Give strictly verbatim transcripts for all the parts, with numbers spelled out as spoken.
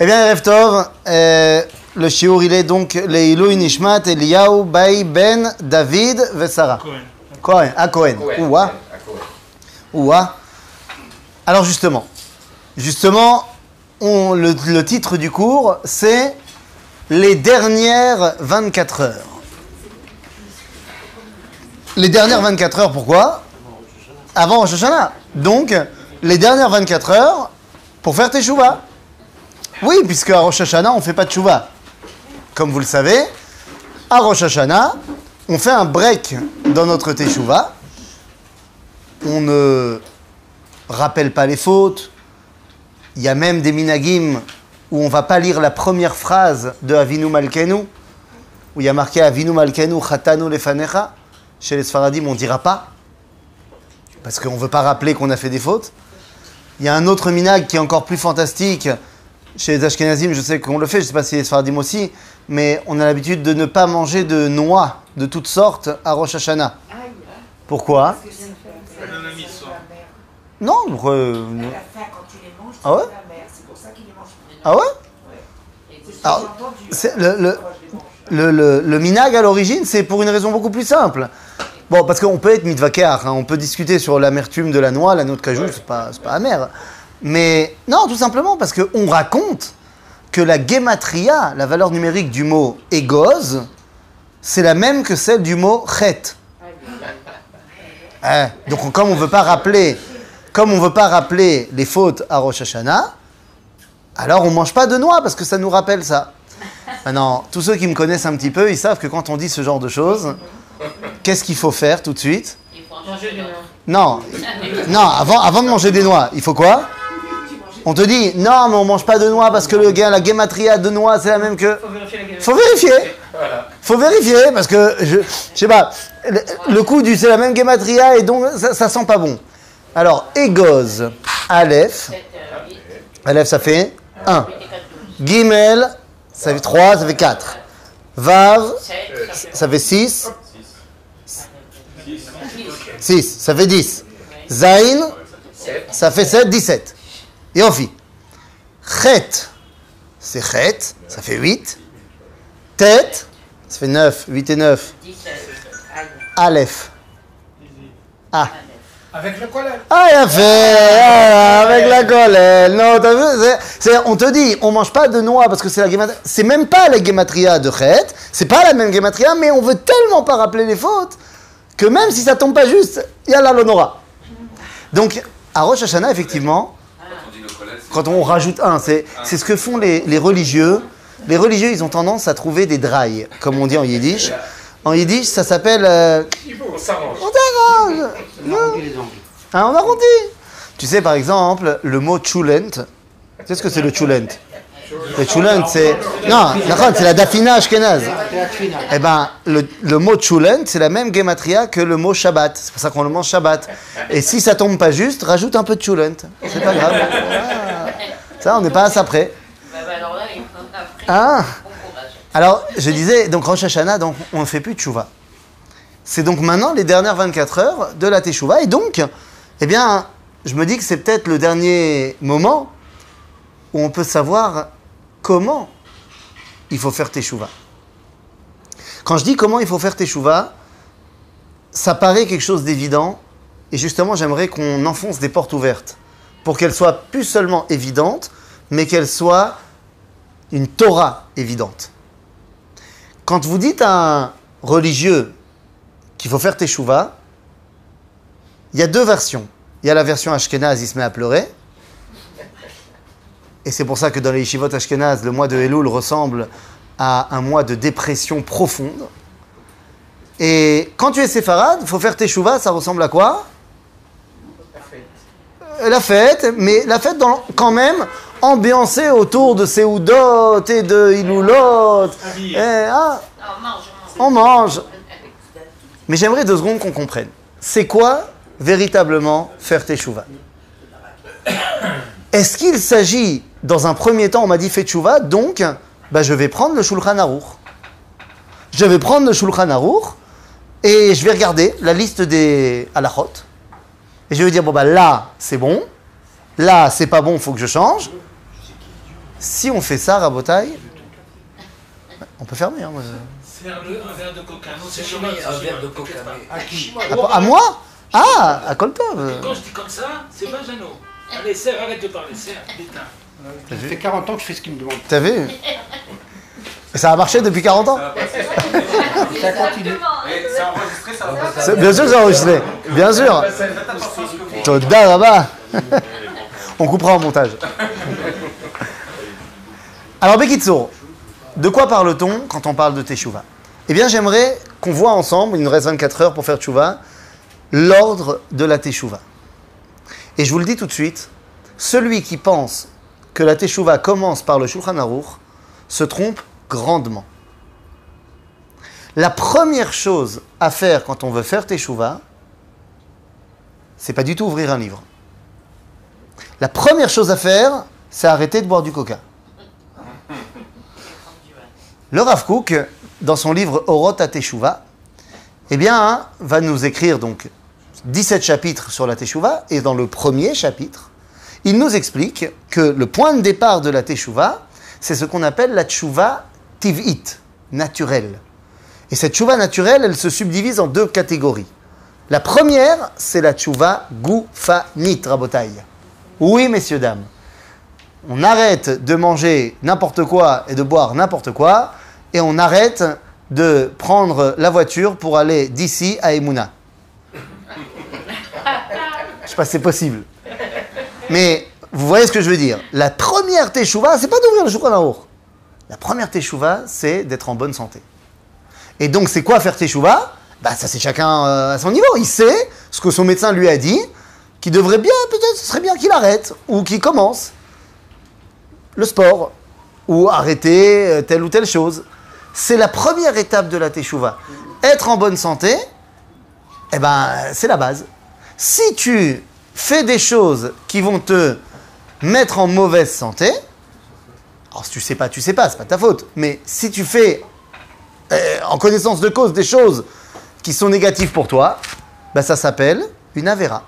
Eh bien, Erev Tov, euh, le shiur, il est donc Leilui Nishmat Eliyahu Bai Ben David Vesara. Cohen. Cohen. Ah, Cohen. Ouah. Ouah. Alors, justement, justement, on, le, le titre du cours, c'est les dernières vingt-quatre heures. Les dernières vingt-quatre heures, pourquoi? Avant Rosh Hashanah. Donc, les dernières vingt-quatre heures pour faire Teshuvah. Oui, puisque à Rosh Hashanah, on ne fait pas de Teshuvah. Comme vous le savez, à Rosh Hashanah, on fait un break dans notre Teshuvah. On ne rappelle pas les fautes. Il y a même des minagim où on ne va pas lire la première phrase de Avinu Malkenu, où il y a marqué Avinu Malkenu Chatanu Lefanecha. Chez les Sfaradim, on ne dira pas, parce qu'on ne veut pas rappeler qu'on a fait des fautes. Il y a un autre minag qui est encore plus fantastique. Chez les Ashkenazim, je sais qu'on le fait, je ne sais pas si les Sfaradim aussi, mais on a l'habitude de ne pas manger de noix de toutes sortes à Rosh Hashanah. Pourquoi? Non, pourquoi euh, ah ouais? Ah ouais? Alors, c'est le, le, le, le, le minag à l'origine, c'est pour une raison beaucoup plus simple. Bon, parce qu'on peut être mitvakeach, hein, on peut discuter sur l'amertume de la noix, la noix de cajou, c'est pas, c'est pas amer. Mais non, tout simplement parce qu'on raconte que la gematria, la valeur numérique du mot égoz, c'est la même que celle du mot chet. Hein, donc comme on veut pas rappeler, comme on veut pas rappeler les fautes à Rosh Hashanah, alors on mange pas de noix parce que ça nous rappelle ça. Maintenant, tous ceux qui me connaissent un petit peu, ils savent que quand on dit ce genre de choses, qu'est-ce qu'il faut faire tout de suite? Il faut manger des noix. Non, non, avant, avant de manger des noix, il faut quoi? On te dit, non, mais on mange pas de noix parce que le gars, la gematria de noix, c'est la même que... Faut vérifier la gueule. Faut vérifier. Faut vérifier parce que, je, je sais pas, le, le coup du c'est la même gematria et donc ça, ça sent pas bon. Alors, égoz, Aleph, Aleph ça fait un. Gimel, ça fait trois, ça fait quatre. Vav, ça fait six. six, ça fait dix. Zain, ça fait sept, dix-sept. Et on fit. Chet, c'est chet, ça fait huit. Tet, ça fait neuf, huit et neuf. Aleph. Ah. Avec le collège. Ah, il a fait ah, avec la colère. Non, t'as vu c'est, c'est, on te dit, on mange pas de noix parce que c'est la gematria. C'est même pas la gematria de chet. C'est pas la même gematria, mais on veut tellement pas rappeler les fautes que même si ça tombe pas juste, il y a la l'onora. Donc, à Rosh Hashanah, effectivement, quand on rajoute un, c'est, c'est ce que font les, les religieux. Les religieux, ils ont tendance à trouver des drailles, comme on dit en yiddish. En yiddish, ça s'appelle... Euh, On s'arrange. on s'arrange. On arrondit les angles. Hein, on arrondit. Tu sais, par exemple, le mot chulent. Tu sais ce que c'est le chulent? Le chulent, c'est... Non, c'est la dafina ashkenaz. Eh bien, le, le mot chulent, c'est la même gematria que le mot Shabbat. C'est pour ça qu'on le mange Shabbat. Et si ça tombe pas juste, rajoute un peu de chulent. C'est pas grave. Ah. Ça, on n'est pas à ça près. Ah. Alors, je disais, donc Rosh Hashanah, donc, on ne fait plus de Teshuvah. C'est donc maintenant les dernières vingt-quatre heures de la Teshuvah. Et donc, eh bien, je me dis que c'est peut-être le dernier moment où on peut savoir comment il faut faire Teshuvah. Quand je dis comment il faut faire Teshuvah, ça paraît quelque chose d'évident. Et justement, j'aimerais qu'on enfonce des portes ouvertes pour qu'elles soient plus seulement évidentes, mais qu'elles soient une Torah évidente. Quand vous dites à un religieux qu'il faut faire Teshuvah, il y a deux versions. Il y a la version Ashkenaz, il se met à pleurer. Et c'est pour ça que dans les yeshivot Ashkenaz, le mois de Elul ressemble à un mois de dépression profonde. Et quand tu es séfarade, il faut faire Teshuvah, ça ressemble à quoi? La fête, mais la fête dans, quand même ambiancée autour de Seudot et de Ilulot. Et, ah, on mange. Mais j'aimerais deux secondes qu'on comprenne. C'est quoi véritablement faire Teshuvah? Est-ce qu'il s'agit, dans un premier temps, on m'a dit fais Teshuvah, donc bah, je vais prendre le Shulchan Aruch. Je vais prendre le Shulchan Aruch et je vais regarder la liste des halachot. Et je vais dire, bon bah là, c'est bon. Là, c'est pas bon, il faut que je change. Si on fait ça, Rabotai, on peut fermer. Hein, moi. Serre-le un verre de coca. Non, c'est J'ai mis un verre de coca. À qui? À, à moi? Ah, à Koltov. Quand je dis comme ça, c'est Benjano. Allez, serre, arrête de parler, serre, putain. Ça fait quarante ans que je fais ce qu'il me demande. T'as vu? Et ça a marché depuis quarante ans? Ça continue. C'est enregistré, ça va pas. C'est- Bien sûr que c'est enregistré. Bien sûr. Toda là-bas. On coupera en montage. Alors, Bekitsour, de quoi parle-t-on quand on parle de Teshuvah? Eh bien, j'aimerais qu'on voit ensemble, il nous reste vingt-quatre heures pour faire Teshuvah, l'ordre de la Teshuvah. Et je vous le dis tout de suite, celui qui pense que la Teshuvah commence par le Shulchan Aruch se trompe grandement. La première chose à faire quand on veut faire Teshuvah, c'est pas du tout ouvrir un livre. La première chose à faire, c'est arrêter de boire du coca. Le Rav Kook, dans son livre Orot HaTeshuvah, eh bien, hein, va nous écrire donc dix-sept chapitres sur la Teshuvah, et dans le premier chapitre, il nous explique que le point de départ de la Teshuvah, c'est ce qu'on appelle la Teshuvah Tiv'it, naturelle. Et cette Teshuvah naturelle, elle se subdivise en deux catégories. La première, c'est la Teshuvah Gufanit, Rabotai. Oui, messieurs, dames. On arrête de manger n'importe quoi et de boire n'importe quoi, et on arrête de prendre la voiture pour aller d'ici à Emouna. Je sais pas si c'est possible. Mais vous voyez ce que je veux dire. La première Teshuvah, c'est pas d'ouvrir le Shulchan Aruch. La première Teshuvah, c'est d'être en bonne santé. Et donc, c'est quoi faire Teshuvah? Bah, ça, c'est chacun euh, à son niveau. Il sait ce que son médecin lui a dit, qu'il devrait bien, peut-être, ce serait bien qu'il arrête, ou qu'il commence le sport, ou arrêter euh, telle ou telle chose. C'est la première étape de la Teshuvah. Être en bonne santé, eh ben, c'est la base. Si tu fais des choses qui vont te mettre en mauvaise santé, alors si tu sais pas, tu sais pas, c'est pas ta faute. Mais si tu fais euh, en connaissance de cause des choses qui sont négatives pour toi, ben ça s'appelle une avéra.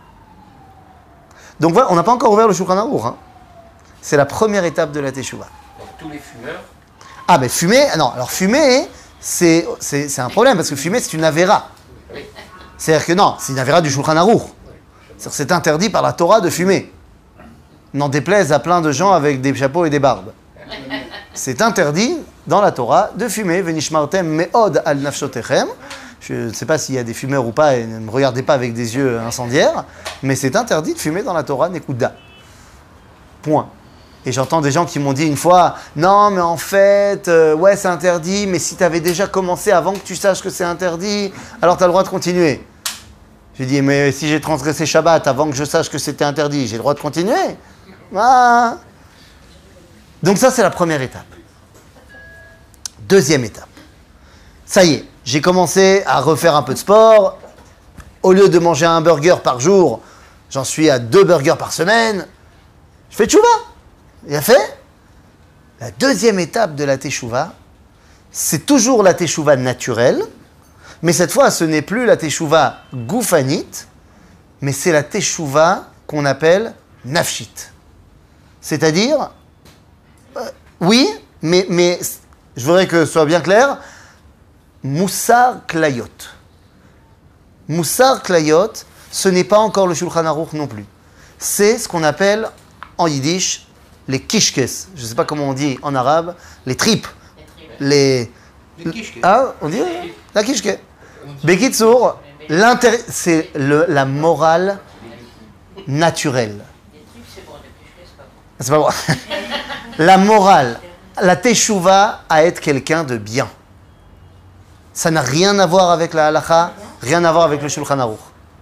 Donc voilà, on n'a pas encore ouvert le Shulchan Aruch. Hein. C'est la première étape de la Teshuvah. Donc tous les fumeurs. Ah, mais fumer, non, alors fumer, c'est, c'est, c'est un problème, parce que fumer, c'est une avéra. C'est-à-dire que non, c'est une avéra du Shulchan Aruch. C'est-à-dire que c'est interdit par la Torah de fumer. N'en déplaise à plein de gens avec des chapeaux et des barbes. C'est interdit dans la Torah de fumer. Venishmartem me'od al nafshotechem. Je ne sais pas s'il y a des fumeurs ou pas, et ne me regardez pas avec des yeux incendiaires, mais c'est interdit de fumer dans la Torah, Nekuda. Point. Et j'entends des gens qui m'ont dit une fois, non mais en fait, euh, ouais c'est interdit, mais si tu avais déjà commencé avant que tu saches que c'est interdit, alors tu as le droit de continuer. J'ai dit, mais si j'ai transgressé Shabbat avant que je sache que c'était interdit, j'ai le droit de continuer. Ah. Donc ça c'est la première étape. Deuxième étape. Ça y est, j'ai commencé à refaire un peu de sport. Au lieu de manger un burger par jour, j'en suis à deux burgers par semaine. Je fais teshuvah. Il a fait. La deuxième étape de la teshuvah, c'est toujours la teshuvah naturelle, mais cette fois, ce n'est plus la teshuvah gufanit, mais c'est la teshuvah qu'on appelle nafshit. C'est-à-dire, euh, oui, mais, mais je voudrais que ce soit bien clair, Moussar Klayot. Moussar Klayot, ce n'est pas encore le Shulchan Aruch non plus. C'est ce qu'on appelle en yiddish les kishkes. Je ne sais pas comment on dit en arabe, les tripes. Les. Les kishkes. Ah, on dit la kishke. Bekitsour, l'intérêt, c'est le, la morale naturelle. C'est pas bon. La morale, la teshuvah à être quelqu'un de bien. Ça n'a rien à voir avec la halakha, rien à voir avec le Shulchan Aruch.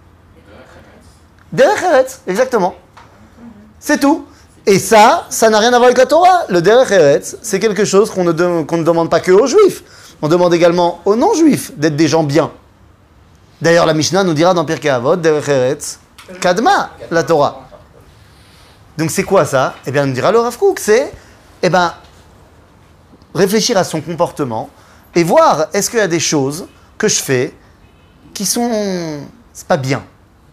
Derech Eretz, exactement. C'est tout. Et ça, ça n'a rien à voir avec la Torah. Le Derech Eretz, c'est quelque chose qu'on ne, de, qu'on ne demande pas que aux Juifs. On demande également aux non-Juifs d'être des gens bien. D'ailleurs, la Mishnah nous dira dans Pirkei Avot, Derech Eretz, Kadma, la Torah. Donc c'est quoi ça? Eh bien, nous dira le Rav Kook, c'est eh ben, réfléchir à son comportement et voir est-ce qu'il y a des choses que je fais qui sont... c'est pas bien.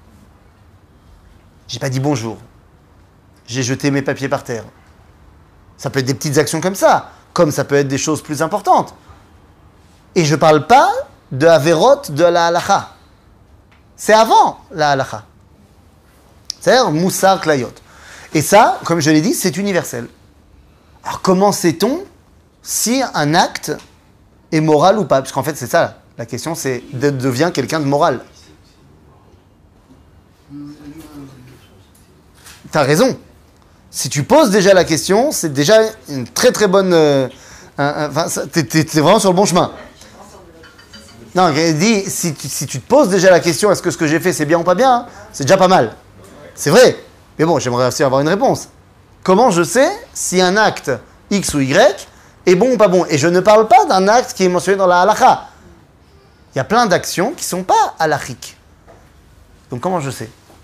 J'ai pas dit bonjour. J'ai jeté mes papiers par terre. Ça peut être des petites actions comme ça, comme ça peut être des choses plus importantes. Et je ne parle pas de Averot de la halacha. C'est avant la halacha. C'est-à-dire Moussar Klayot. Et ça, comme je l'ai dit, c'est universel. Alors comment sait-on si un acte est moral ou pas? Parce qu'en fait, c'est ça. La question, c'est de devient quelqu'un de moral. T'as raison. Si tu poses déjà la question, c'est déjà une très très bonne... Euh, enfin, t'es, t'es, t'es vraiment sur le bon chemin. Non, il dit, si tu, si tu te poses déjà la question, est-ce que ce que j'ai fait, c'est bien ou pas bien, hein, c'est déjà pas mal. C'est vrai. Mais bon, j'aimerais aussi avoir une réponse. Comment je sais si un acte X ou Y est bon ou pas bon? Et je ne parle pas d'un acte qui est mentionné dans la halakha. Il y a plein d'actions qui ne sont pas halachiques. Donc comment je sais?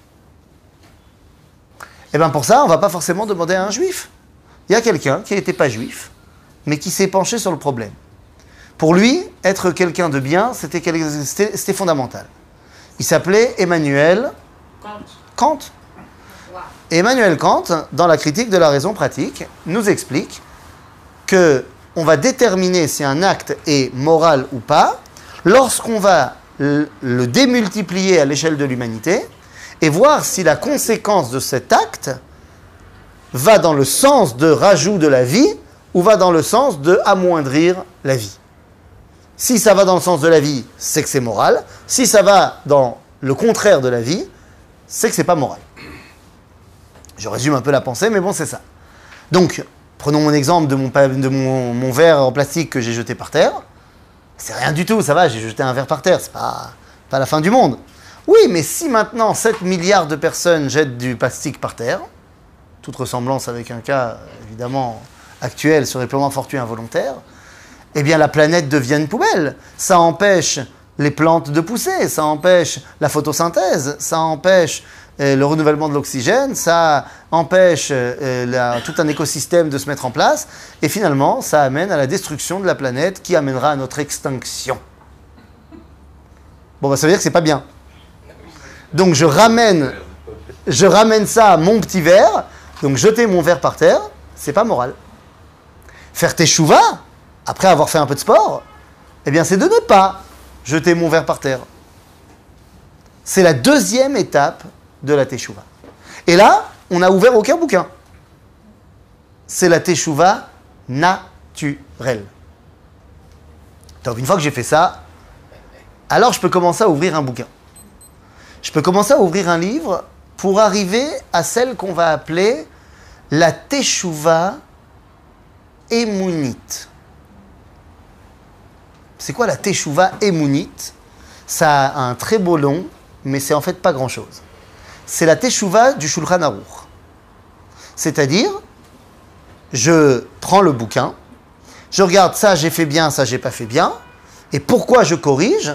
Eh bien pour ça, on ne va pas forcément demander à un juif. Il y a quelqu'un qui n'était pas juif, mais qui s'est penché sur le problème. Pour lui, être quelqu'un de bien, c'était, c'était, c'était fondamental. Il s'appelait Emmanuel Kant. Kant. Wow. Et Emmanuel Kant, dans la critique de la raison pratique, nous explique que on va déterminer si un acte est moral ou pas lorsqu'on va le démultiplier à l'échelle de l'humanité et voir si la conséquence de cet acte va dans le sens de rajout de la vie ou va dans le sens de amoindrir la vie. Si ça va dans le sens de la vie, c'est que c'est moral. Si ça va dans le contraire de la vie, c'est que c'est pas moral. Je résume un peu la pensée, mais bon, c'est ça. Donc, prenons mon exemple de mon, de mon, mon verre en plastique que j'ai jeté par terre. C'est rien du tout, ça va, j'ai jeté un verre par terre, c'est pas, pas la fin du monde. Oui, mais si maintenant sept milliards de personnes jettent du plastique par terre, toute ressemblance avec un cas, évidemment, actuel serait purement fortuit et involontaire, eh bien la planète devient une poubelle. Ça empêche les plantes de pousser, ça empêche la photosynthèse, ça empêche euh, le renouvellement de l'oxygène, ça empêche euh, la, tout un écosystème de se mettre en place, et finalement, ça amène à la destruction de la planète qui amènera à notre extinction. Bon, bah, ça veut dire que c'est pas bien. Donc je ramène, je ramène ça à mon petit verre, donc jeter mon verre par terre, c'est pas moral. Faire teshuva, après avoir fait un peu de sport, eh bien c'est de ne pas jeter mon verre par terre. C'est la deuxième étape de la teshuva. Et là, on n'a ouvert aucun bouquin. C'est la teshuva naturelle. Donc une fois que j'ai fait ça, alors je peux commencer à ouvrir un bouquin. Je peux commencer à ouvrir un livre pour arriver à celle qu'on va appeler la teshuva émounite. C'est quoi la teshuva émounite? Ça a un très beau nom, mais c'est en fait pas grand-chose. C'est la teshuva du Shulchan Aruch. C'est-à-dire, je prends le bouquin, je regarde ça, j'ai fait bien, ça, j'ai pas fait bien, et pourquoi je corrige?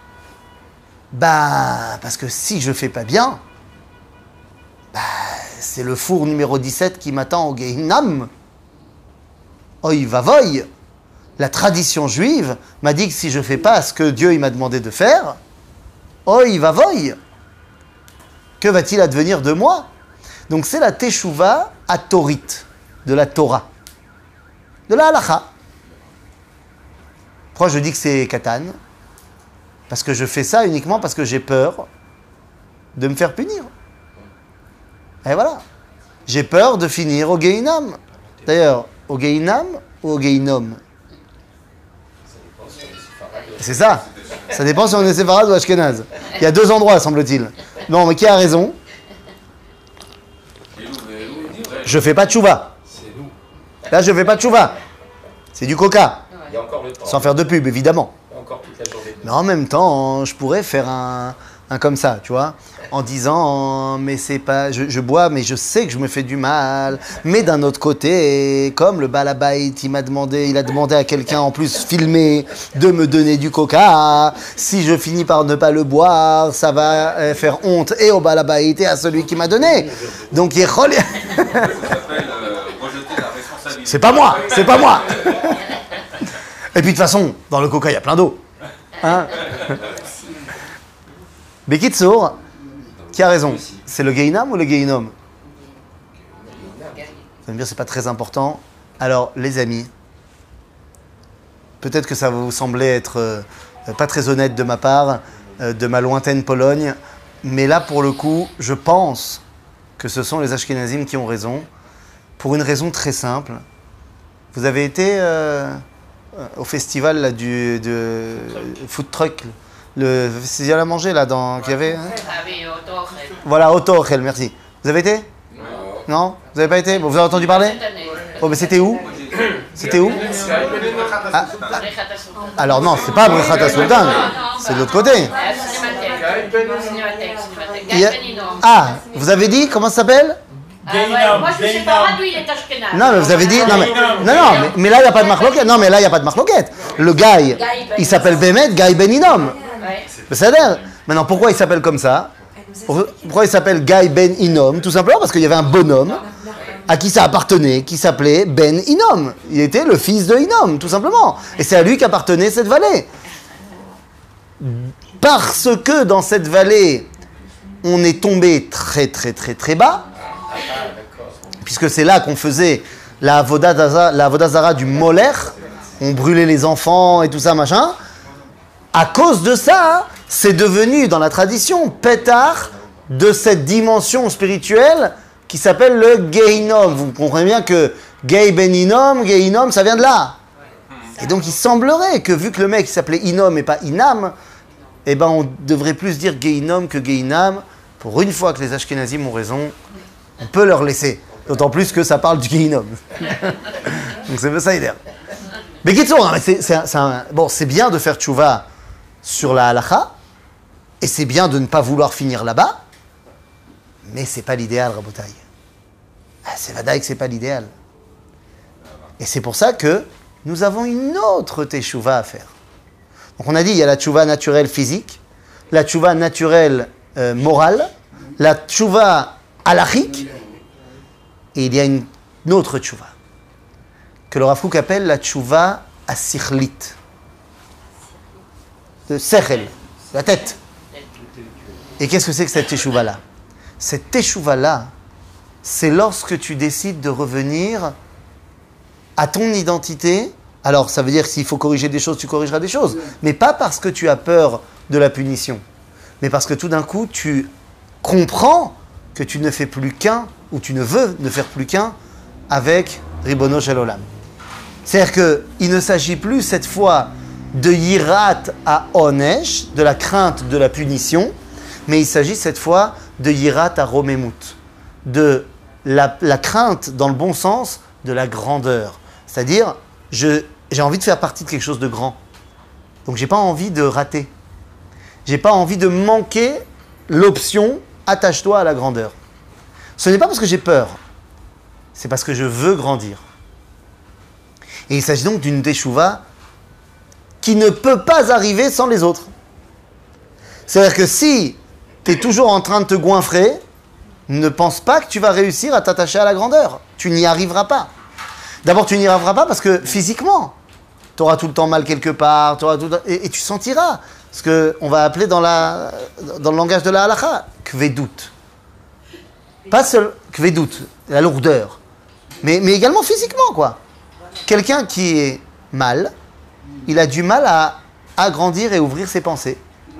Bah, parce que si je fais pas bien, bah, c'est le four numéro dix-sept qui m'attend au Gehinam. Oy vavoy. La tradition juive m'a dit que si je fais pas ce que Dieu il m'a demandé de faire, oy vavoy. Que va-t-il advenir de moi? Donc c'est la teshuva atorit, de la Torah, de la halacha. Pourquoi je dis que c'est katan? Parce que je fais ça uniquement parce que j'ai peur de me faire punir. Et voilà. J'ai peur de finir au Gehinam. D'ailleurs, au Gehinam ou au Gehinom? C'est ça. Ça dépend si on est séfarade ou ashkénaze. Il y a deux endroits, semble-t-il. Non, mais qui a raison? Je fais pas de tchouva. Là, je fais pas de tchouva. C'est du coca. Il y a encore le temps. Sans faire de pub, évidemment. Il y a encore toute la journée. Mais en même temps, je pourrais faire un, un comme ça, tu vois, en disant, mais c'est pas, je, je bois, mais je sais que je me fais du mal. Mais d'un autre côté, comme le balabait, il m'a demandé, il a demandé à quelqu'un en plus filmé de me donner du coca. Si je finis par ne pas le boire, ça va euh, faire honte et au balabait et à celui qui m'a donné. Donc il Ça s'appelle euh, rejeter la responsabilité. c'est pas moi, c'est pas moi. Et puis de toute façon, dans le coca, il y a plein d'eau. Hein? Bekitsour, qui a raison? C'est le Gehinam ou le Gehinom? Vous allez me dire, c'est pas très important. Alors, les amis, peut-être que ça va vous sembler être euh, pas très honnête de ma part, euh, de ma lointaine Pologne, mais là, pour le coup, je pense que ce sont les Ashkénazim qui ont raison, pour une raison très simple. Vous avez été euh, au festival là, du de food truck, le festival à manger là, dans qu'il y avait. Hein voilà, Otochel, merci. Vous avez été? Non. Vous n'avez pas été? Bon, vous avez entendu parler? Oh, mais c'était où? C'était où? Ah, ah, alors non, c'est pas Brechat Sultan, c'est de l'autre côté. Il a... Ah, vous avez dit comment ça s'appelle? Euh, moi je ne sais pas, lui il est ashkénaze. Non mais vous avez dit, non mais, non, non, mais, mais là il n'y a pas de marloquette, non mais là il n'y a pas de marloquette. Le gars, il s'appelle Bémet, Guy Ben Inom. C'est ça. Maintenant pourquoi il s'appelle comme ça? Pourquoi il s'appelle Guy Ben Inom? Tout simplement parce qu'il y avait un bonhomme à qui ça appartenait, qui s'appelait Ben Inom. Il était le fils de Inom, tout simplement. Et c'est à lui qu'appartenait cette vallée. Parce que dans cette vallée, on est tombé très très très très bas, puisque c'est là qu'on faisait la Avodah la Avodah Zara du Moler, on brûlait les enfants et tout ça, machin. À cause de ça, c'est devenu dans la tradition pétard de cette dimension spirituelle qui s'appelle le Gehinom. Vous comprenez bien que Gei Ben Inom, Gehinom, ça vient de là. Et donc il semblerait que vu que le mec s'appelait Inom et pas Inam, eh ben on devrait plus dire Gehinom que Gehinam. Pour une fois que les Ashkénazim ont raison, on peut leur laisser. D'autant plus que ça parle du Gehinom. Donc c'est ça idée. Mais Kitsour, hein, c'est, c'est, c'est un, bon, c'est bien de faire tchouva sur la halacha, et c'est bien de ne pas vouloir finir là-bas, mais c'est pas l'idéal, Rabotai. Ah, c'est vadaï que c'est pas l'idéal. Et c'est pour ça que nous avons une autre teshuva à faire. Donc on a dit, il y a la tchouva naturelle physique, la tchouva naturelle euh, morale, la tchouva halachique, et il y a une, une autre tchouva, que le Rav Kook appelle la tchouva asichlit, de sechel, la tête. Et qu'est-ce que c'est que cette teshuva-là? Cette teshuva-là, c'est lorsque tu décides de revenir à ton identité. Alors, ça veut dire que s'il faut corriger des choses, tu corrigeras des choses. Mais pas parce que tu as peur de la punition, mais parce que tout d'un coup, tu comprends que tu ne fais plus qu'un, ou tu ne veux ne faire plus qu'un, avec Ribono Shel Olam. C'est-à-dire qu'il ne s'agit plus cette fois de Yirat à Onesh, de la crainte de la punition, mais il s'agit cette fois de Yirat à Romemut, de la, la crainte, dans le bon sens, de la grandeur. C'est-à-dire, je, j'ai envie de faire partie de quelque chose de grand. Donc, j'ai pas envie de rater. J'ai pas envie de manquer l'option « attache-toi à la grandeur ». Ce n'est pas parce que j'ai peur, c'est parce que je veux grandir. Et il s'agit donc d'une teshuva qui ne peut pas arriver sans les autres. C'est-à-dire que si tu es toujours en train de te goinfrer, ne pense pas que tu vas réussir à t'attacher à la grandeur. Tu n'y arriveras pas. D'abord, tu n'y arriveras pas parce que physiquement, tu auras tout le temps mal quelque part, t'auras tout le temps... et, et tu sentiras ce qu'on va appeler dans, la, dans le langage de la halakha, kvedout. Pas seul kvedout, la lourdeur, mais, mais également physiquement, quoi. Quelqu'un qui est mal, il a du mal à agrandir et ouvrir ses pensées.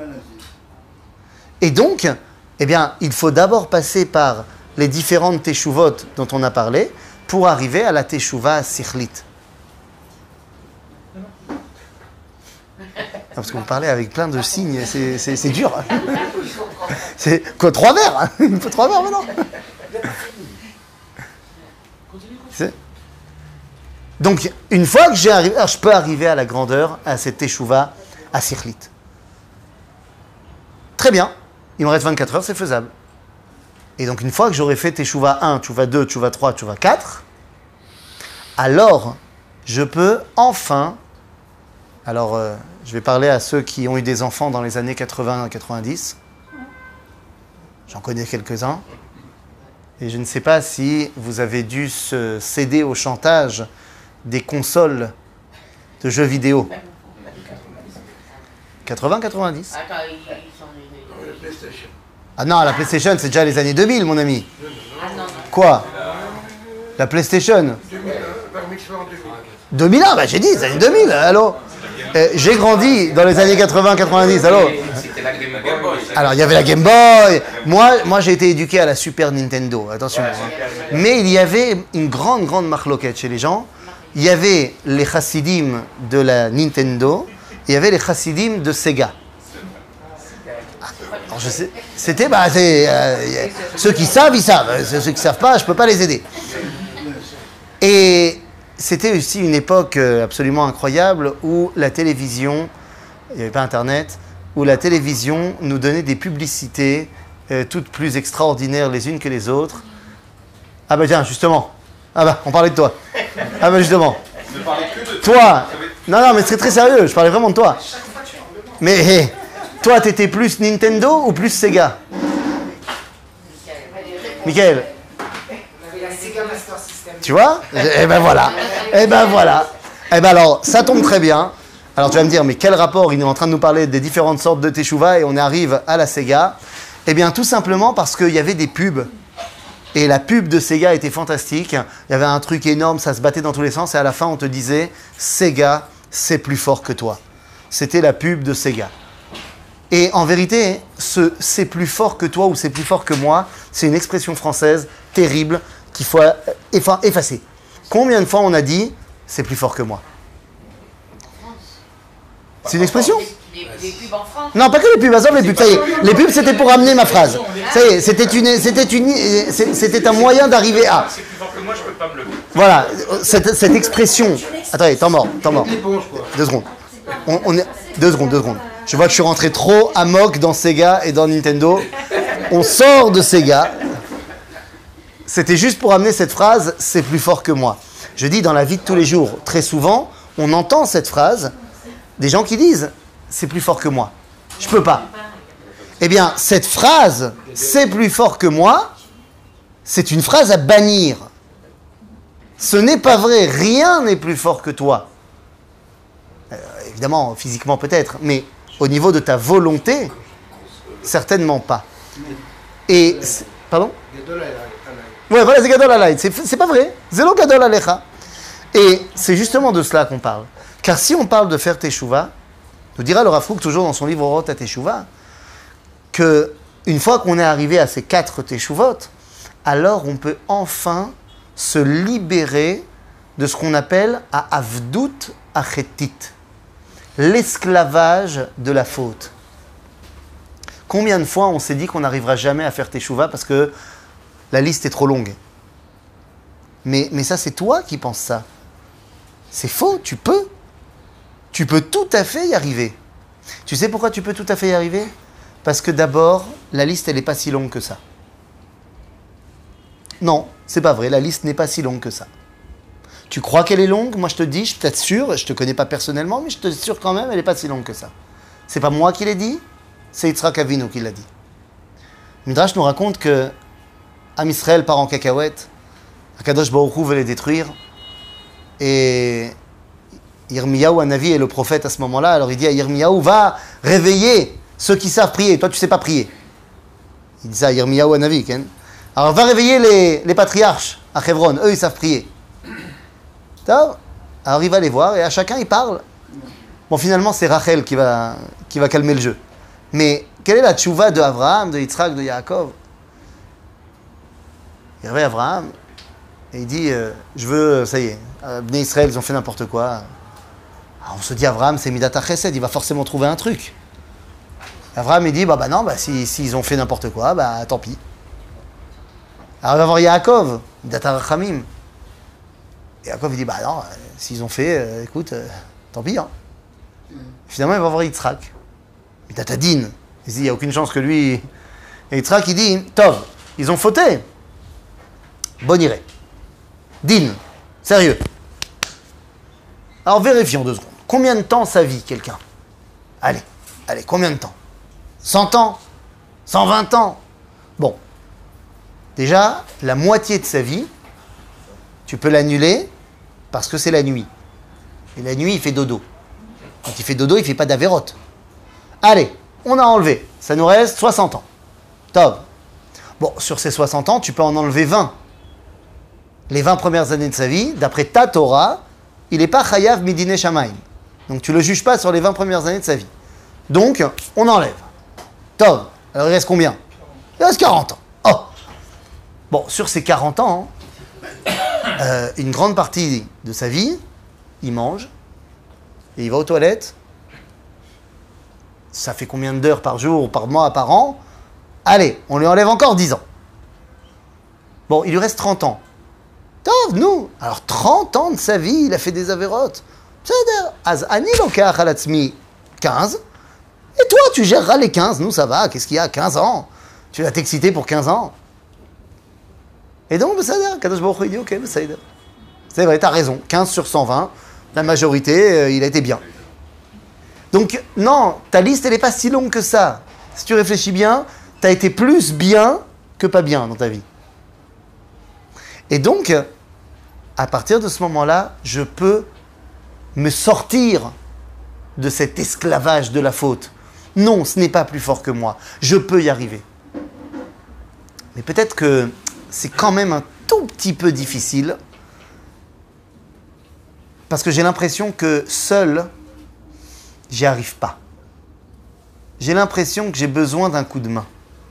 Et donc, eh bien, il faut d'abord passer par les différentes teshuvot dont on a parlé pour arriver à la teshuva sikhlit. Ah, parce que vous parlez avec plein de signes, c'est, c'est, c'est dur. C'est quoi, trois verres? Il faut trois verres maintenant. C'est... Donc, une fois que j'ai arrivé, alors je peux arriver à la grandeur, à cette teshuva à sikhlit. Très bien. Il me reste vingt-quatre heures, c'est faisable. Et donc, une fois que j'aurai fait teshuva un, teshuva deux, teshuva trois, teshuva quatre, alors, je peux enfin... Alors, euh, je vais parler à ceux qui ont eu des enfants dans les années quatre-vingts quatre-vingt-dix. J'en connais quelques-uns. Et je ne sais pas si vous avez dû se céder au chantage des consoles de jeux vidéo. quatre-vingts quatre-vingt-dix. Ah non, la PlayStation, c'est déjà les années deux mille, mon ami. Quoi? La PlayStation? deux mille un, bah j'ai dit, les années deux mille, allô euh, J'ai grandi dans les années quatre-vingts quatre-vingt-dix, allô C'était la Game Boy. Alors, il y avait la Game Boy. Moi, moi j'ai été éduqué à la Super Nintendo, attention. Ouais, mais il y avait une grande, grande marloquette chez les gens. Il y avait les chassidim de la Nintendo et il y avait les chassidim de Sega. Alors, je sais, c'était, bah, c'est, euh, ceux qui savent, ils savent. Ceux qui ne savent pas, je ne peux pas les aider. Et c'était aussi une époque absolument incroyable où la télévision, il n'y avait pas Internet, où la télévision nous donnait des publicités euh, toutes plus extraordinaires les unes que les autres. Ah bah tiens, justement. Ah bah, on parlait de toi. Ah bah justement. Ne parlez que de Toi. Non, non, mais c'est très sérieux, je parlais vraiment de toi. Mais hé, toi, t'étais plus Nintendo ou plus Sega? Michael. Tu vois? Eh ben voilà. Eh ben voilà. Eh ben alors, ça tombe très bien. Alors tu vas me dire, mais quel rapport? Il est en train de nous parler des différentes sortes de Teshuvah et on arrive à la Sega. Eh bien, tout simplement parce qu'il y avait des pubs. Et la pub de Sega était fantastique. Il y avait un truc énorme, ça se battait dans tous les sens. Et à la fin, on te disait, Sega, c'est plus fort que toi. C'était la pub de Sega. Et en vérité, ce « c'est plus fort que toi » ou « c'est plus fort que moi », c'est une expression française terrible qu'il faut effacer. Combien de fois on a dit « c'est plus fort que moi » ? C'est une expression ? Les, les pubs en France. Non, pas que les pubs, azor, les pubs, ça y est. Les pubs, c'était pour amener ma phrase. Ça y est, c'était une, c'était une, c'était un moyen d'arriver à. C'est plus fort que moi, je peux pas me lever. Voilà, cette, cette expression. Attendez, temps mort, temps mort. Deux secondes. On, on est, deux secondes, deux secondes. Je vois que je suis rentré trop amok dans Sega et dans Nintendo. On sort de Sega. C'était juste pour amener cette phrase, c'est plus fort que moi. Je dis dans la vie de tous les jours, très souvent, on entend cette phrase. Des gens qui disent « c'est plus fort que moi ». Je peux pas. Eh bien, cette phrase « c'est plus fort que moi », c'est une phrase à bannir. Ce n'est pas vrai. Rien n'est plus fort que toi. Euh, évidemment, physiquement peut-être, mais au niveau de ta volonté, certainement pas. Et... Pardon ? Ouais, voilà, c'est Gadol Alayt. C'est, c'est pas vrai. Zélo Gadol Alecha. Et c'est justement de cela qu'on parle. Car si on parle de faire Teshuvah, nous dira le Rav Kook toujours dans son livre Orot à Teshuvah, que une fois qu'on est arrivé à ces quatre Teshuvot, alors on peut enfin se libérer de ce qu'on appelle à Avdut Achetit, l'esclavage de la faute. Combien de fois on s'est dit qu'on n'arrivera jamais à faire Teshuvah parce que la liste est trop longue? Mais, mais ça, c'est toi qui penses ça. C'est faux, tu peux. Tu peux tout à fait y arriver. Tu sais pourquoi tu peux tout à fait y arriver? Parce que d'abord, la liste, elle n'est pas si longue que ça. Non, c'est pas vrai, la liste n'est pas si longue que ça. Tu crois qu'elle est longue? Moi, je te dis, je t'assure, je te connais pas personnellement, mais je t'assure quand même, elle n'est pas si longue que ça. C'est pas moi qui l'ai dit, c'est Yitzhak Avinu qui l'a dit. Midrash nous raconte que Am Israël part en cacahuète, Akadosh Baruch Hu veut les détruire, et Yirmiyahu, un Navi, est le prophète à ce moment-là. Alors il dit à Yirmiyahu, va réveiller ceux qui savent prier. Toi, tu ne sais pas prier. Il dit ça à Yirmiyahu, un Navi. Hein? Alors va réveiller les, les patriarches à Hebron. Eux, ils savent prier. Alors il va les voir et à chacun, il parle. Bon, finalement, c'est Rachel qui va, qui va calmer le jeu. Mais quelle est la tchouva de Abraham, de Yitzhak, de Yaakov? Il réveille Abraham et il dit, euh, je veux, ça y est, euh, Bnei Israël, ils ont fait n'importe quoi. Alors on se dit, Abraham, c'est Midat HaChesed, il va forcément trouver un truc. Abraham, il dit, bah, bah non, bah, s'ils si, si ont fait n'importe quoi, bah tant pis. Alors il va voir Yaakov, Midat HaRachamim. Et Yaakov, il dit, bah non, euh, s'ils ont fait, euh, écoute, euh, tant pis. Hein. Finalement, il va voir Yitzhak. Midat Hadin. Il dit, il n'y a aucune chance que lui... Et Yitzhak, il dit, Tov, ils ont fauté. Bon iré. Din, sérieux. Alors vérifions deux secondes. Combien de temps ça vit quelqu'un? Allez, allez, combien de temps? cent ans? cent vingt ans? Bon. Déjà, la moitié de sa vie, tu peux l'annuler parce que c'est la nuit. Et la nuit, il fait dodo. Quand il fait dodo, il ne fait pas d'avérote. Allez, on a enlevé. Ça nous reste soixante ans. Top. Bon, sur ces soixante ans, tu peux en enlever vingt. les vingt premières années de sa vie, d'après ta Torah, il n'est pas chayav midine shamaim. Donc tu ne le juges pas sur les vingt premières années de sa vie. Donc, on enlève. Tov, alors il reste combien? Il reste quarante ans. Oh. Bon, sur ces quarante ans, euh, une grande partie de sa vie, il mange, et il va aux toilettes. Ça fait combien d'heures par jour, par mois, par an? Allez, on lui enlève encore dix ans. Bon, il lui reste trente ans. Tov, nous. Alors, trente ans de sa vie, il a fait des avérotes. C'est-à-dire, az ani lokach al atzmi quinze, et toi, tu géreras les quinze. Nous, ça va, qu'est-ce qu'il y a? quinze ans. Tu vas t'exciter pour quinze ans. Et donc, c'est-à-dire, Kadosh Baruch Hu, il dit, ok, c'est-à-dire. C'est vrai, t'as raison. quinze sur cent vingt, la majorité, euh, il a été bien. Donc, non, ta liste, elle n'est pas si longue que ça. Si tu réfléchis bien, tu as été plus bien que pas bien dans ta vie. Et donc, à partir de ce moment-là, je peux me sortir de cet esclavage de la faute. Non, ce n'est pas plus fort que moi. Je peux y arriver. Mais peut-être que c'est quand même un tout petit peu difficile parce que j'ai l'impression que seul, j'y arrive pas. J'ai l'impression que j'ai besoin d'un coup de main.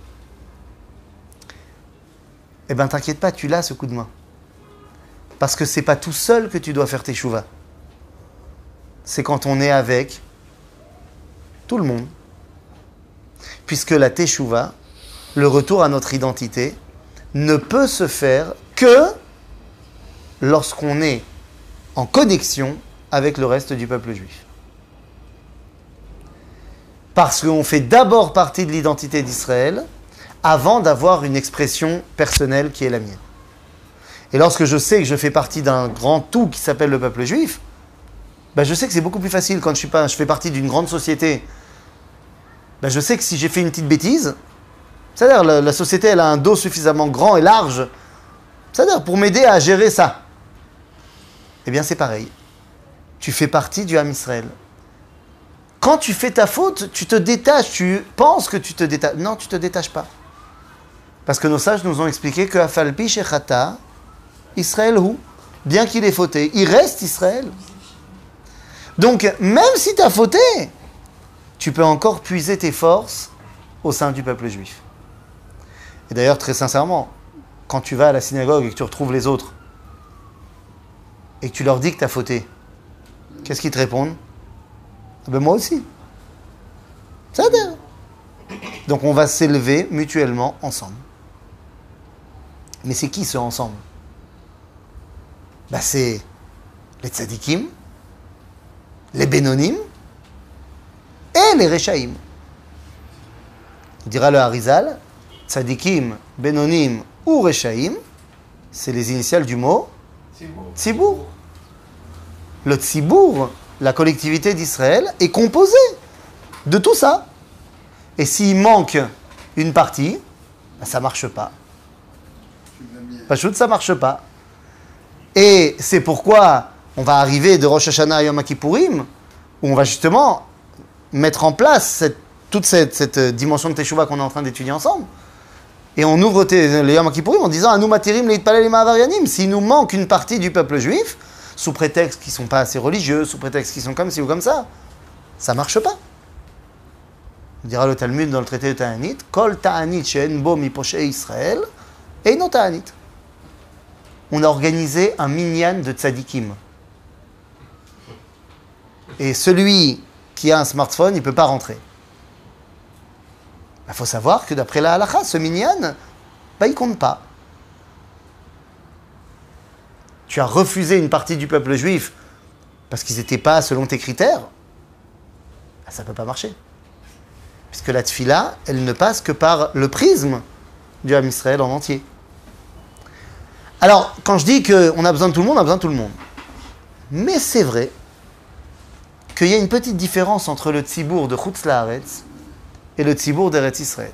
Eh bien, t'inquiète pas, tu l'as, ce coup de main. Parce que c'est pas tout seul que tu dois faire tes chouvas. C'est quand on est avec tout le monde. Puisque la teshuva, le retour à notre identité, ne peut se faire que lorsqu'on est en connexion avec le reste du peuple juif. Parce qu'on fait d'abord partie de l'identité d'Israël avant d'avoir une expression personnelle qui est la mienne. Et lorsque je sais que je fais partie d'un grand tout qui s'appelle le peuple juif, ben je sais que c'est beaucoup plus facile quand je, suis pas, je fais partie d'une grande société. Ben je sais que si j'ai fait une petite bêtise, c'est-à-dire la, la société elle a un dos suffisamment grand et large, c'est-à-dire pour m'aider à gérer ça. Eh bien c'est pareil. Tu fais partie du Ham Israël. Quand tu fais ta faute, tu te détaches, tu penses que tu te détaches. Non, tu ne te détaches pas. Parce que nos sages nous ont expliqué que Afalpi Shechata, Israël ou, bien qu'il ait fauté, il reste Israël. Donc, même si tu as fauté, tu peux encore puiser tes forces au sein du peuple juif. Et d'ailleurs, très sincèrement, quand tu vas à la synagogue et que tu retrouves les autres, et que tu leur dis que tu as fauté, qu'est-ce qu'ils te répondent? Ah ben moi aussi. Ça va. Donc on va s'élever mutuellement ensemble. Mais c'est qui ce ensemble? Ben c'est les tzadikim, les bénonim et les rechaïm. Il dira le Harizal, tzadikim, bénonim ou rechaïm, c'est les initiales du mot tzibour. Le tzibour, la collectivité d'Israël, est composée de tout ça. Et s'il manque une partie, ben ça ne marche pas. Pachout, ça ne marche pas. Et c'est pourquoi on va arriver de Rosh Hashanah à Yom Kippourim, où on va justement mettre en place cette, toute cette, cette dimension de Teshuvah qu'on est en train d'étudier ensemble. Et on ouvre le Yom Kippourim en disant « Anu matirim leitpalel im ha'avaryanim » s'il nous manque une partie du peuple juif, sous prétexte qu'ils ne sont pas assez religieux, sous prétexte qu'ils sont comme ci ou comme ça, ça ne marche pas. On dira le Talmud dans le traité de Ta'anit, Kol Ta'anit she'en bo miposhei Israël, eino Ta'anit. On a organisé un minyan de tzadikim. Et celui qui a un smartphone, il ne peut pas rentrer. Il faut savoir que d'après la halakha, ce minyan, bah, il ne compte pas. Tu as refusé une partie du peuple juif parce qu'ils n'étaient pas selon tes critères, bah, ça ne peut pas marcher. Puisque la tfila, elle ne passe que par le prisme du Ham Israël en entier. Alors, quand je dis qu'on a besoin de tout le monde, on a besoin de tout le monde. Mais c'est vrai qu'il y a une petite différence entre le tzibour de Chutz La'aretz et le tzibour d'Eretz Israël.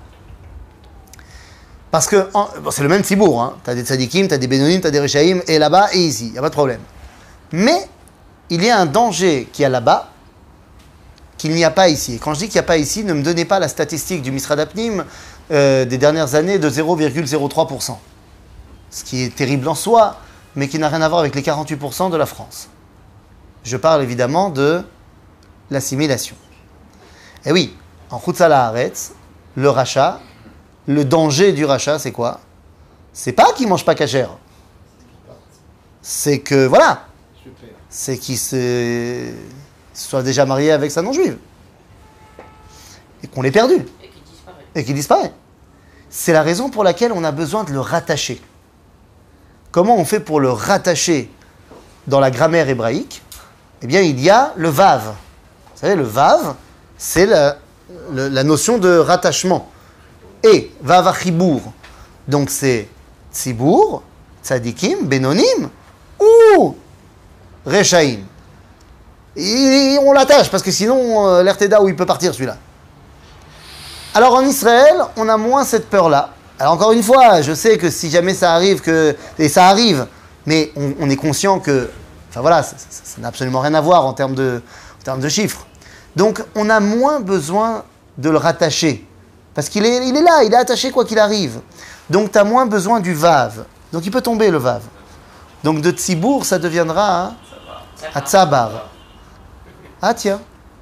Parce que en, bon, c'est le même tzibour, hein. Tu as des tzadikim, tu as des bénonim, tu as des rechaïm, et là-bas et ici, il n'y a pas de problème. Mais il y a un danger qu'il y a là-bas, qu'il n'y a pas ici. Et quand je dis qu'il n'y a pas ici, ne me donnez pas la statistique du Misrad Apnim euh, des dernières années de zéro virgule zéro trois pour cent. ce qui est terrible en soi, mais qui n'a rien à voir avec les quarante-huit pour cent de la France. Je parle évidemment de l'assimilation. Et oui, en Chutz La'aretz, le rachat, le danger du rachat, c'est quoi? C'est pas qu'il mange pas cachère. C'est que, voilà, c'est qu'il se... soit déjà marié avec sa non-juive. Et qu'on l'ait perdu. Et qui disparaît. Et qu'il disparaît. C'est la raison pour laquelle on a besoin de le rattacher. Comment on fait pour le rattacher dans la grammaire hébraïque? Eh bien, il y a le vav. Vous savez, le vav, c'est la, le, la notion de rattachement. Et vav achibour, donc c'est tzibour, tzadikim, benonim, ou rechaim. Et on l'attache, parce que sinon, euh, l'Erteda, où il peut partir, celui-là. Alors en Israël, on a moins cette peur-là. Alors encore une fois, je sais que si jamais ça arrive, que, et ça arrive, mais on, on est conscient que, enfin voilà, ça, ça, ça n'a absolument rien à voir en termes de, en termes de chiffres. Donc on a moins besoin de le rattacher, parce qu'il est, il est là, il est attaché quoi qu'il arrive. Donc tu as moins besoin du vav. Donc il peut tomber le vav. Donc de tzibour, ça deviendra hein, à tzabar. Ah tiens,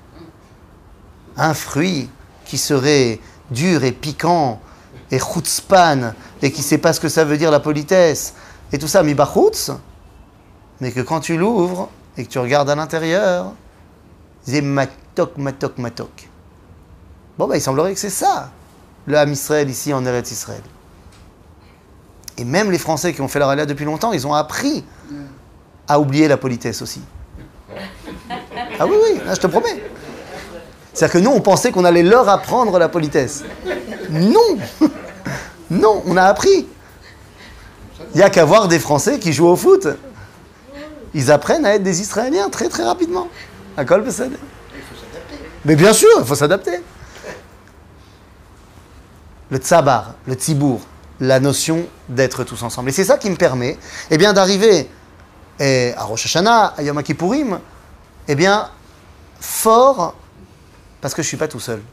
un fruit qui serait dur et piquant et chutzpan et qui ne sait pas ce que ça veut dire la politesse et tout ça, mi bachutz, mais que quand tu l'ouvres et que tu regardes à l'intérieur, c'est matok, matok, matok. Bon, ben il semblerait que c'est ça, le Ham Israël ici en Eretz Israël. Et même les Français qui ont fait leur alia depuis longtemps, ils ont appris à oublier la politesse aussi. Ah oui, oui, là, je te promets. C'est-à-dire que nous, on pensait qu'on allait leur apprendre la politesse. Non. Non, on a appris. Il n'y a qu'à voir des Français qui jouent au foot. Ils apprennent à être des Israéliens très très rapidement. À Kol Beseder. Mais bien sûr, il faut s'adapter. Le tzabar, le tzibour, la notion d'être tous ensemble. Et c'est ça qui me permet eh bien, d'arriver eh, à Rosh Hashanah, à Yom Kippourim, eh bien, fort, parce que je ne suis pas tout seul.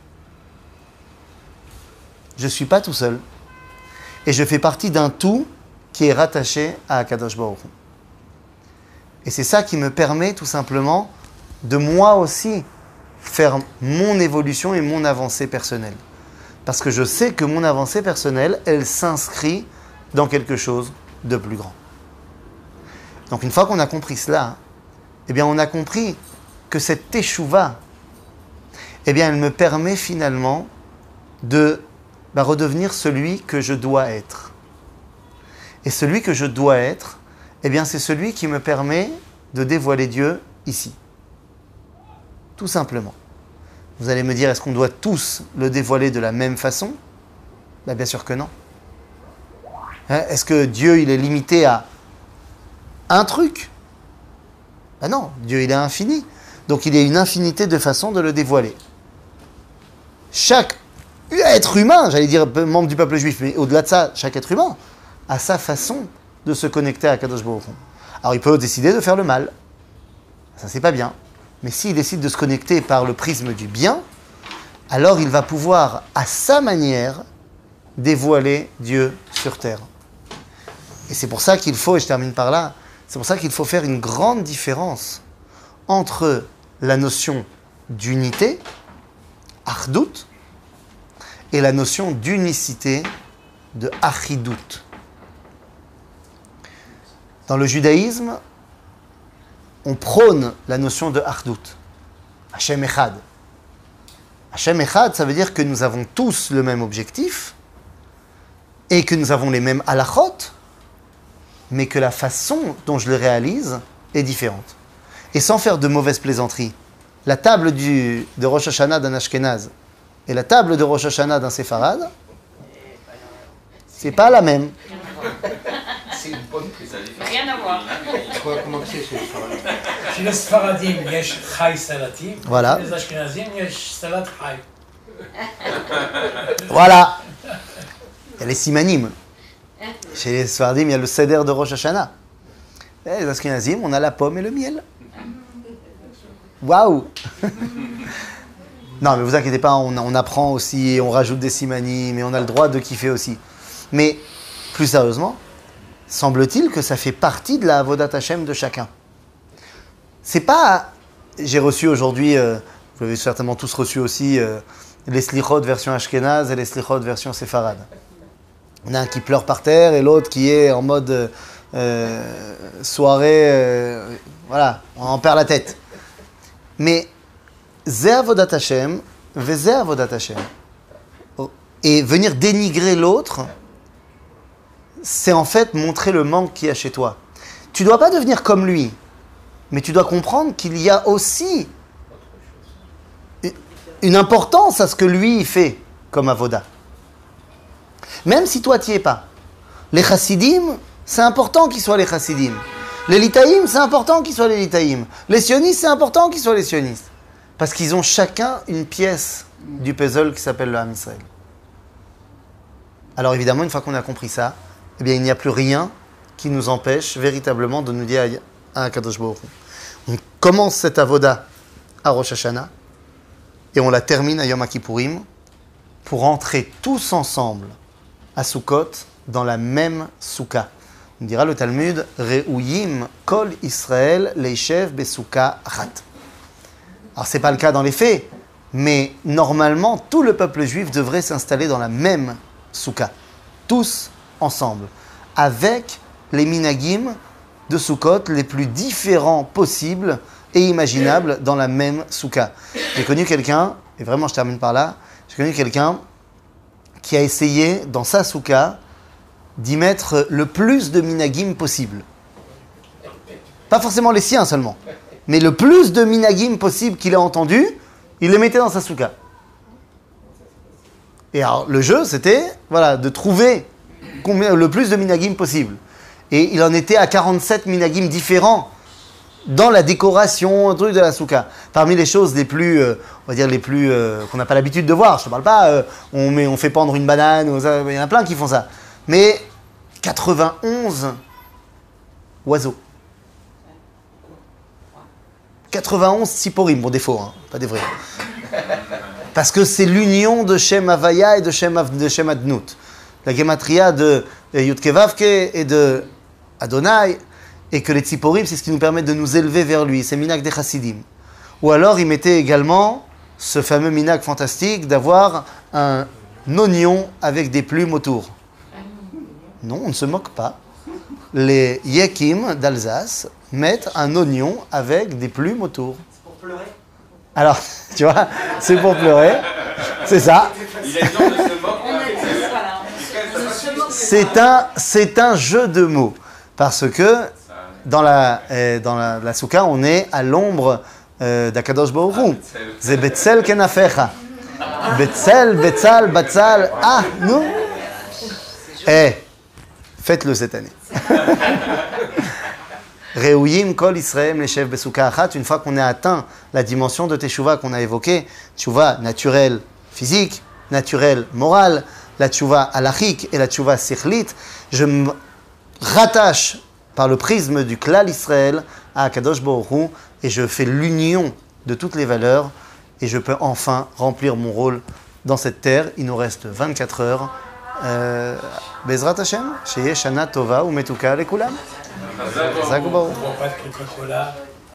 Je ne suis pas tout seul. Et je fais partie d'un tout qui est rattaché à Akadosh Baruch Hu. Et c'est ça qui me permet tout simplement de moi aussi faire mon évolution et mon avancée personnelle. Parce que je sais que mon avancée personnelle, elle s'inscrit dans quelque chose de plus grand. Donc une fois qu'on a compris cela, eh bien on a compris que cette teshuva, eh bien elle me permet finalement de bah, redevenir celui que je dois être. Et celui que je dois être, eh bien c'est celui qui me permet de dévoiler Dieu ici. Tout simplement. Vous allez me dire, est-ce qu'on doit tous le dévoiler de la même façon? Ben, bien sûr que non. Hein, est-ce que Dieu, il est limité à un truc? Ben non, Dieu, il est infini. Donc, il y a une infinité de façons de le dévoiler. Chaque être humain, j'allais dire membre du peuple juif, mais au-delà de ça, chaque être humain a sa façon de se connecter à Kadosh Baruch Hu. Alors, il peut décider de faire le mal. Ça, c'est pas bien. Mais s'il décide de se connecter par le prisme du bien, alors il va pouvoir, à sa manière, dévoiler Dieu sur terre. Et c'est pour ça qu'il faut, et je termine par là, c'est pour ça qu'il faut faire une grande différence entre la notion d'unité, achdout, et la notion d'unicité, de achidout. Dans le judaïsme, on prône la notion de Achdout. Hashem Echad. Hashem Echad, ça veut dire que nous avons tous le même objectif et que nous avons les mêmes halachot, mais que la façon dont je le réalise est différente. Et sans faire de mauvaises plaisanteries, la table du, de Rosh Hashanah d'un Ashkenaz et la table de Rosh Hashanah d'un Séfarade, c'est pas la même. C'est une bonne prise. Rien à voir. On va commencer sur le travail. chez les Sfaradim, il y a Chai Salatim. Voilà. Chez les Ashkenazim, il y a Salat Chai. Voilà. Il y a les simanim. Chez les Sfaradim, il y a le Seder de Rosh Hashanah. Et les Ashkenazim, on a la pomme et le miel. Waouh. Non, mais vous inquiétez pas, on, on apprend aussi, on rajoute des simanim, mais on a le droit de kiffer aussi. Mais, plus sérieusement, semble-t-il que ça fait partie de la Avodat Hashem de chacun. C'est pas... J'ai reçu aujourd'hui, euh, vous l'avez certainement tous reçu aussi, euh, les slichot version Ashkenaz et les slichot version Séfarade. On a un qui pleure par terre et l'autre qui est en mode euh, soirée, euh, voilà, on en perd la tête. Mais Zé Avodat Hashem, Vezé Avodat Hashem. Et venir dénigrer l'autre, c'est en fait montrer le manque qu'il y a chez toi. Tu ne dois pas devenir comme lui, mais tu dois comprendre qu'il y a aussi une importance à ce que lui fait comme avoda. Même si toi, tu n'y es pas. Les chassidim, c'est important qu'ils soient les chassidim. Les litaïm, c'est important qu'ils soient les litaïm. Les sionistes, c'est important qu'ils soient les sionistes. Parce qu'ils ont chacun une pièce du puzzle qui s'appelle le Ham Israël. Alors évidemment, une fois qu'on a compris ça, eh bien, il n'y a plus rien qui nous empêche véritablement de nous dire à Kadosh Baruch Hu. On commence cette avoda à Rosh Hashanah et on la termine à Yom Kippourim pour entrer tous ensemble à Sukkot dans la même souka. On dira le Talmud, Re'uyim kol Israël leishev besouka achat. Alors c'est pas le cas dans les faits, mais normalement tout le peuple juif devrait s'installer dans la même souka, tous ensemble, avec les minagim de Sukkot les plus différents possibles et imaginables dans la même souka. J'ai connu quelqu'un, et vraiment je termine par là, j'ai connu quelqu'un qui a essayé dans sa souka d'y mettre le plus de minagim possible. Pas forcément les siens seulement, mais le plus de minagim possible qu'il a entendu, il les mettait dans sa souka. Et alors, le jeu, c'était voilà, de trouver combien, le plus de minagim possible. Et il en était à quarante-sept minagim différents dans la décoration, un truc de la souka. Parmi les choses les plus, euh, on va dire les plus, euh, qu'on n'a pas l'habitude de voir, je ne te parle pas, euh, on, met, on fait pendre une banane, il y en a plein qui font ça. Mais quatre-vingt-onze oiseaux. quatre-vingt-onze tsiporim, bon défaut, hein, pas des vrais. Parce que c'est l'union de Shem Havaya et de Shem, Av, de Shem Adnout. La gematria de Yudke Vavke et de Adonai, et que les tsiporim, c'est ce qui nous permet de nous élever vers lui. C'est Minak des Chassidim. Ou alors, il mettait également ce fameux Minak fantastique d'avoir un oignon avec des plumes autour. Non, on ne se moque pas. Les Yekim d'Alsace mettent un oignon avec des plumes autour. C'est pour pleurer. Alors, tu vois, c'est pour pleurer. C'est ça. Il a une sorte de se moque. C'est un, c'est un jeu de mots. Parce que dans la, euh, dans la, la souka, on est à l'ombre euh, d'Akadosh Baruch Hu. C'est Betzel Kenafecha. Betzel, Betzal, Batzal. Ah, nous Eh, faites-le cette année. Re'uyim kol Israël leshev besouka achat. Une fois qu'on a atteint la dimension de teshuva qu'on a évoquée, teshuva naturelle physique, naturelle morale, la teshuva halachique et la teshuva sikhlit, je me rattache par le prisme du klal Israël à Akadosh Baruch Hu et je fais l'union de toutes les valeurs et je peux enfin remplir mon rôle dans cette terre. Il nous reste vingt-quatre heures. Euh, Bezrat Hashem, sheyeh shana tova umetuka lekulam. On ne boit pas de Coca-Cola.